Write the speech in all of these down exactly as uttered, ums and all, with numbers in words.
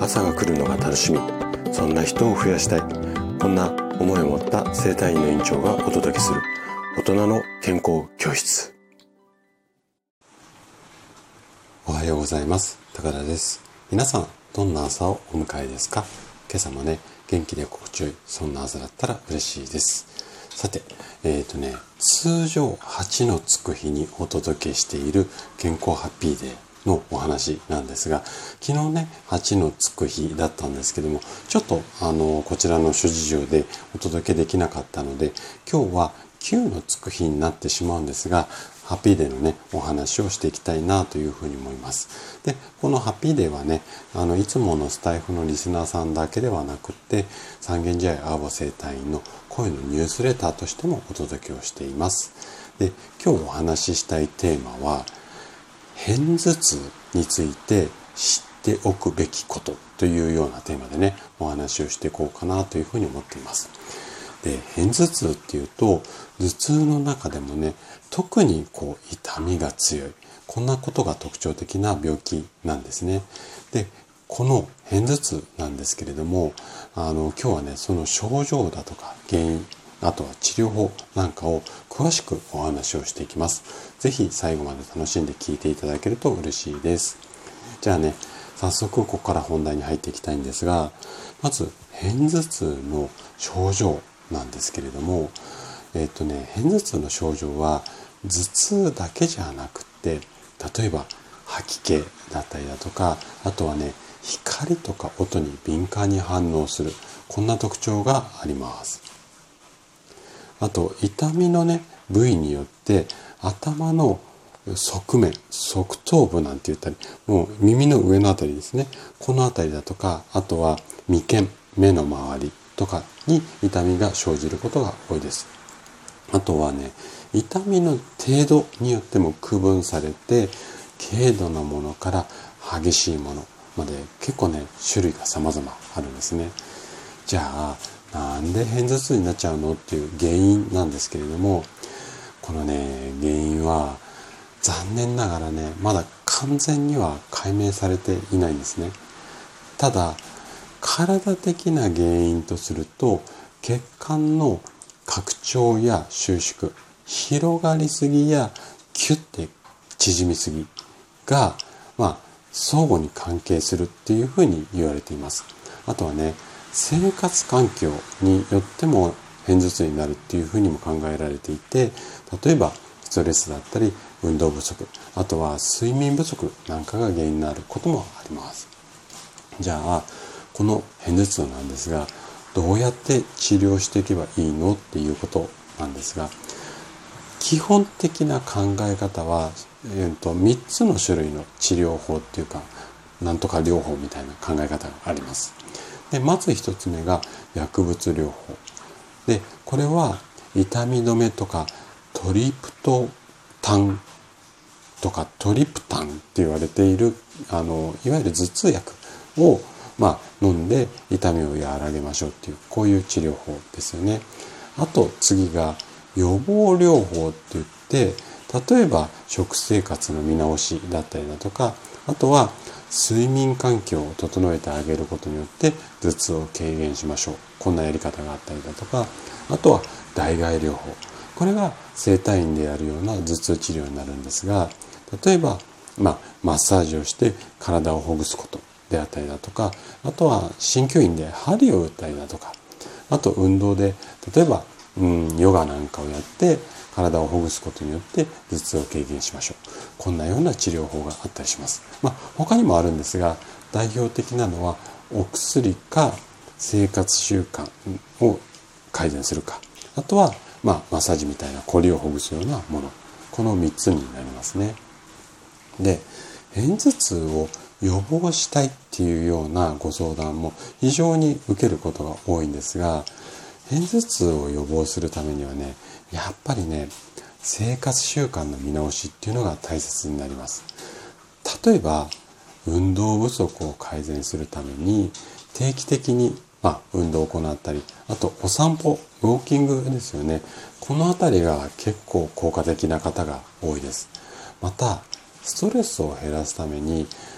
朝が来るのが楽しみ、そんな人を増やしたい、こんな思いを持った整体院の院長がお届けする大人の健康教室。 おはようございます。高田です。皆さんどんな朝をお迎えですか？今朝もね元気で心地よい、そんな朝だったら嬉しいです。さて、えっとね通常はちのつく日にお届けしている健康ハッピーデーのお話なんですが、昨日ねはちのつく日だったんですけども、ちょっとあのこちらの諸事情でお届けできなかったので、今日はきゅうのつく日になってしまうんですが、ハッピーデーのねお話をしていきたいなというふうに思います。で、このハッピーデーはね、あのいつものスタイフのリスナーさんだけではなくって、三軒茶屋アーボ整体院の声のニュースレターとしてもお届けをしています。で、今日お話ししたいテーマは片頭痛について知っておくべきことというようなテーマでねお話をしていこうかなというふうに思っています。で、片頭痛っていうと頭痛の中でもね特にこう痛みが強い、こんなことが特徴的な病気なんですね。で、この片頭痛なんですけれども、あの今日はねその症状だとか原因、あとは治療法なんかを詳しくお話をしていきます。ぜひ最後まで楽しんで聞いていただけると嬉しいです。じゃあね、早速ここから本題に入っていきたいんですが、まず片頭痛の症状なんですけれども、えっとね、片頭痛の症状は頭痛だけじゃなくて、例えば吐き気だったりだとか、あとはね、光とか音に敏感に反応する、こんな特徴があります。あと、痛みのね、部位によって、頭の側面、側頭部なんて言ったり、もう耳の上のあたりですね。このあたりだとか、あとは眉間、目の周りとかに痛みが生じることが多いです。あとはね、痛みの程度によっても区分されて、軽度なものから激しいものまで結構ね、種類が様々あるんですね。じゃあ、なんで片頭痛になっちゃうのっていう原因なんですけれども、このね、原因は残念ながらね、まだ完全には解明されていないんですね。ただ、体的な原因とすると、血管の拡張や収縮、広がりすぎやキュッて縮みすぎが、まあ、相互に関係するっていうふうに言われています。あとはね、生活環境によっても片頭痛になるっていうふうにも考えられていて、例えばストレスだったり運動不足、あとは睡眠不足なんかが原因になることもあります。じゃあ、この片頭痛なんですが、どうやって治療していけばいいのっていうことなんですが、基本的な考え方は、えーと、みっつの種類の治療法っていうか、なんとか療法みたいな考え方があります。で、まず一つ目が薬物療法。で、これは痛み止めとかトリプトタンとかトリプタンって言われている、あの、いわゆる頭痛薬を、まあ、飲んで痛みを和らげましょうっていう、こういう治療法ですよね。あと次が予防療法って言って、例えば食生活の見直しだったりだとか、あとは睡眠環境を整えてあげることによって頭痛を軽減しましょう。こんなやり方があったりだとか、あとは代替療法。これが整体院でやるような頭痛治療になるんですが、例えば、まあ、マッサージをして体をほぐすことであったりだとか、あとは鍼灸院で針を打ったりだとか、あと運動で、例えば、うん、ヨガなんかをやって体をほぐすことによって頭痛を軽減しましょう。こんなような治療法があったりします。まあ、他にもあるんですが、代表的なのはお薬か生活習慣を改善するか、あとは、まあ、マッサージみたいなこりをほぐすようなもの、このみっつになりますね。で、片頭痛を予防したいっていうようなご相談も非常に受けることが多いんですが、片頭痛を予防するためにはね、やっぱりね、生活習慣の見直しっていうのが大切になります。例えば、運動不足を改善するために定期的に、まあ、運動を行ったり、あとお散歩、ウォーキングですよね。このあたりが結構効果的な方が多いです。また、ストレスを減らすために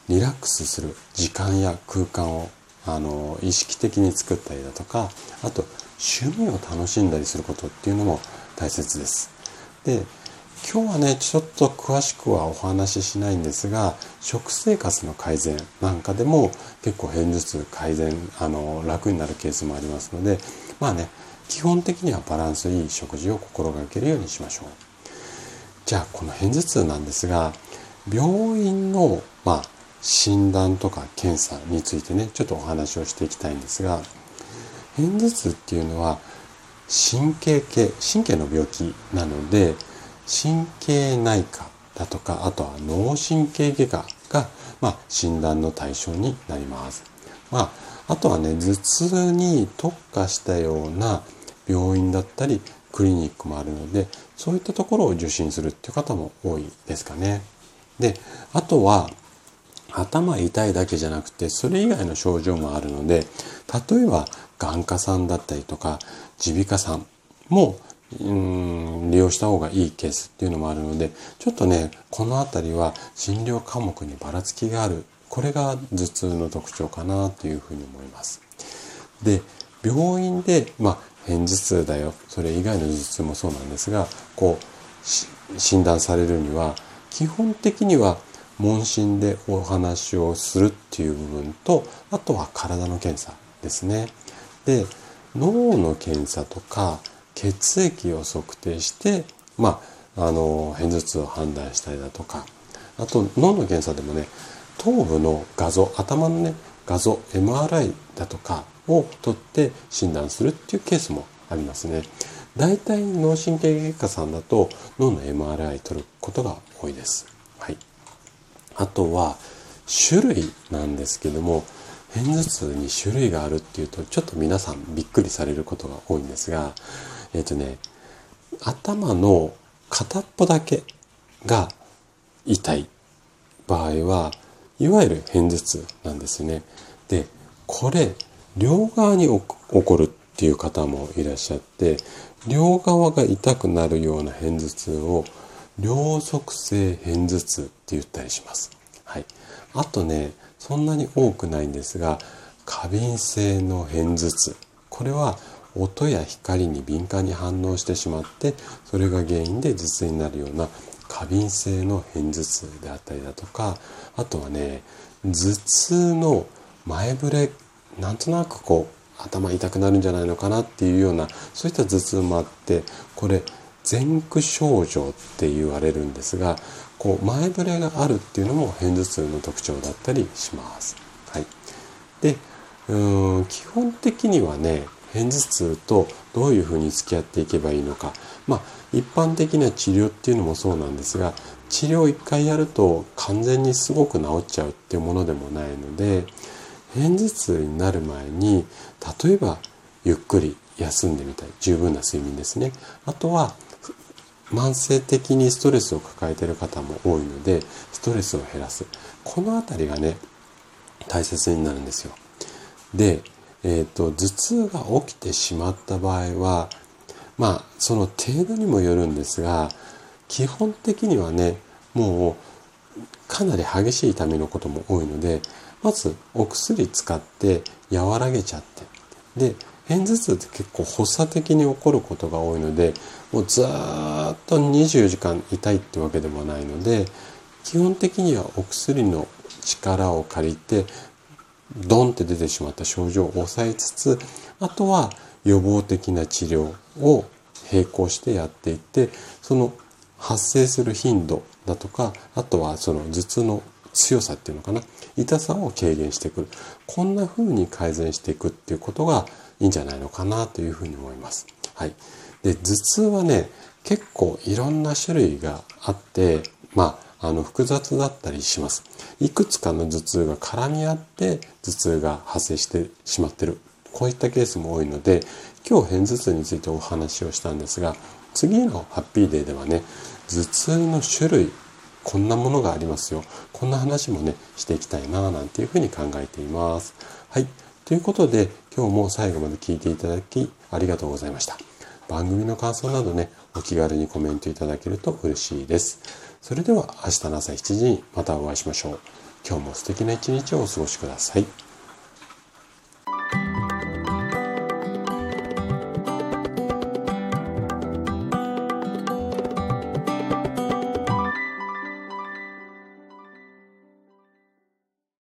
リラックスする時間や空間をあの意識的に作ったりだとか、あと趣味を楽しんだりすることっていうのも大切です。で、今日はねちょっと詳しくはお話ししないんですが、食生活の改善なんかでも結構片頭痛改善あの楽になるケースもありますので、まあね基本的にはバランスいい食事を心がけるようにしましょう。じゃあこの片頭痛なんですが、病院のまあ診断とか検査についてねちょっとお話をしていきたいんですが、片頭痛っていうのは神経系神経の病気なので、神経内科だとか、あとは脳神経外科が、まあ、診断の対象になります。まあ、あとはね頭痛に特化したような病院だったりクリニックもあるので、そういったところを受診するっていう方も多いですかね。で、あとは頭痛いだけじゃなくてそれ以外の症状もあるので、例えば眼科さんだったりとか耳鼻科さんもうーん利用した方がいいケースっていうのもあるので、ちょっとねこのあたりは診療科目にばらつきがある、これが頭痛の特徴かなというふうに思います。で、病院でまあ片頭痛だよ、それ以外の頭痛もそうなんですが、こう診断されるには基本的には問診でお話をするっていう部分と、あとは体の検査ですね。で、脳の検査とか血液を測定して、まあ、あの片頭痛を判断したりだとか、あと脳の検査でもね頭部の画像、頭のね画像 エムアールアイ だとかを取って診断するっていうケースもありますね。だいたい脳神経外科さんだと脳の エムアールアイ 取ることが多いです。はい。あとは種類なんですけども、片頭痛に種類があるっていうとちょっと皆さんびっくりされることが多いんですが、えっとね頭の片っぽだけが痛い場合はいわゆる片頭痛なんですね。で、これ両側に起こるっていう方もいらっしゃって、両側が痛くなるような片頭痛を両側性片頭痛って言ったりします。はい。あとね、そんなに多くないんですが、過敏性の片頭痛。これは音や光に敏感に反応してしまって、それが原因で頭痛になるような過敏性の片頭痛であったりだとか、あとはね、頭痛の前触れ、なんとなくこう頭痛くなるんじゃないのかなっていうような、そういった頭痛もあって、これ前駆症状って言われるんですが、こう前触れがあるっていうのも片頭痛の特徴だったりします。はい。で、うーん基本的にはね、片頭痛とどういうふうに付き合っていけばいいのか、まあ一般的な治療っていうのもそうなんですが、治療を一回やると完全にすごく治っちゃうっていうものでもないので、片頭痛になる前に例えばゆっくり休んでみたい、十分な睡眠ですね。あとは慢性的にストレスを抱えている方も多いので、ストレスを減らす、このあたりがね大切になるんですよ。で、えーと、頭痛が起きてしまった場合は、まあその程度にもよるんですが、基本的にはねもうかなり激しい痛みのことも多いので、まずお薬使って和らげちゃって、で片頭痛って結構発作的に起こることが多いので、もうずーっとにじゅうよじかん痛いってわけでもないので、基本的にはお薬の力を借りてドンって出てしまった症状を抑えつつ、あとは予防的な治療を並行してやっていって、その発生する頻度だとか、あとはその頭痛の強さっていうのかな、痛さを軽減してくる、こんな風に改善していくっていうことがいいんじゃないのかなというふうに思います。はい。で、頭痛はね結構いろんな種類があって、まああの複雑だったりします。いくつかの頭痛が絡み合って頭痛が発生してしまってる、こういったケースも多いので、今日片頭痛についてお話をしたんですが、次のハッピーデーではね頭痛の種類、こんなものがありますよ、こんな話もねしていきたいななんていうふうに考えています。はい。ということで今日も最後まで聞いていただきありがとうございました。番組の感想などねお気軽にコメントいただけると嬉しいです。それでは明日の朝しちじにまたお会いしましょう。 今日も素敵な一日をお過ごしください。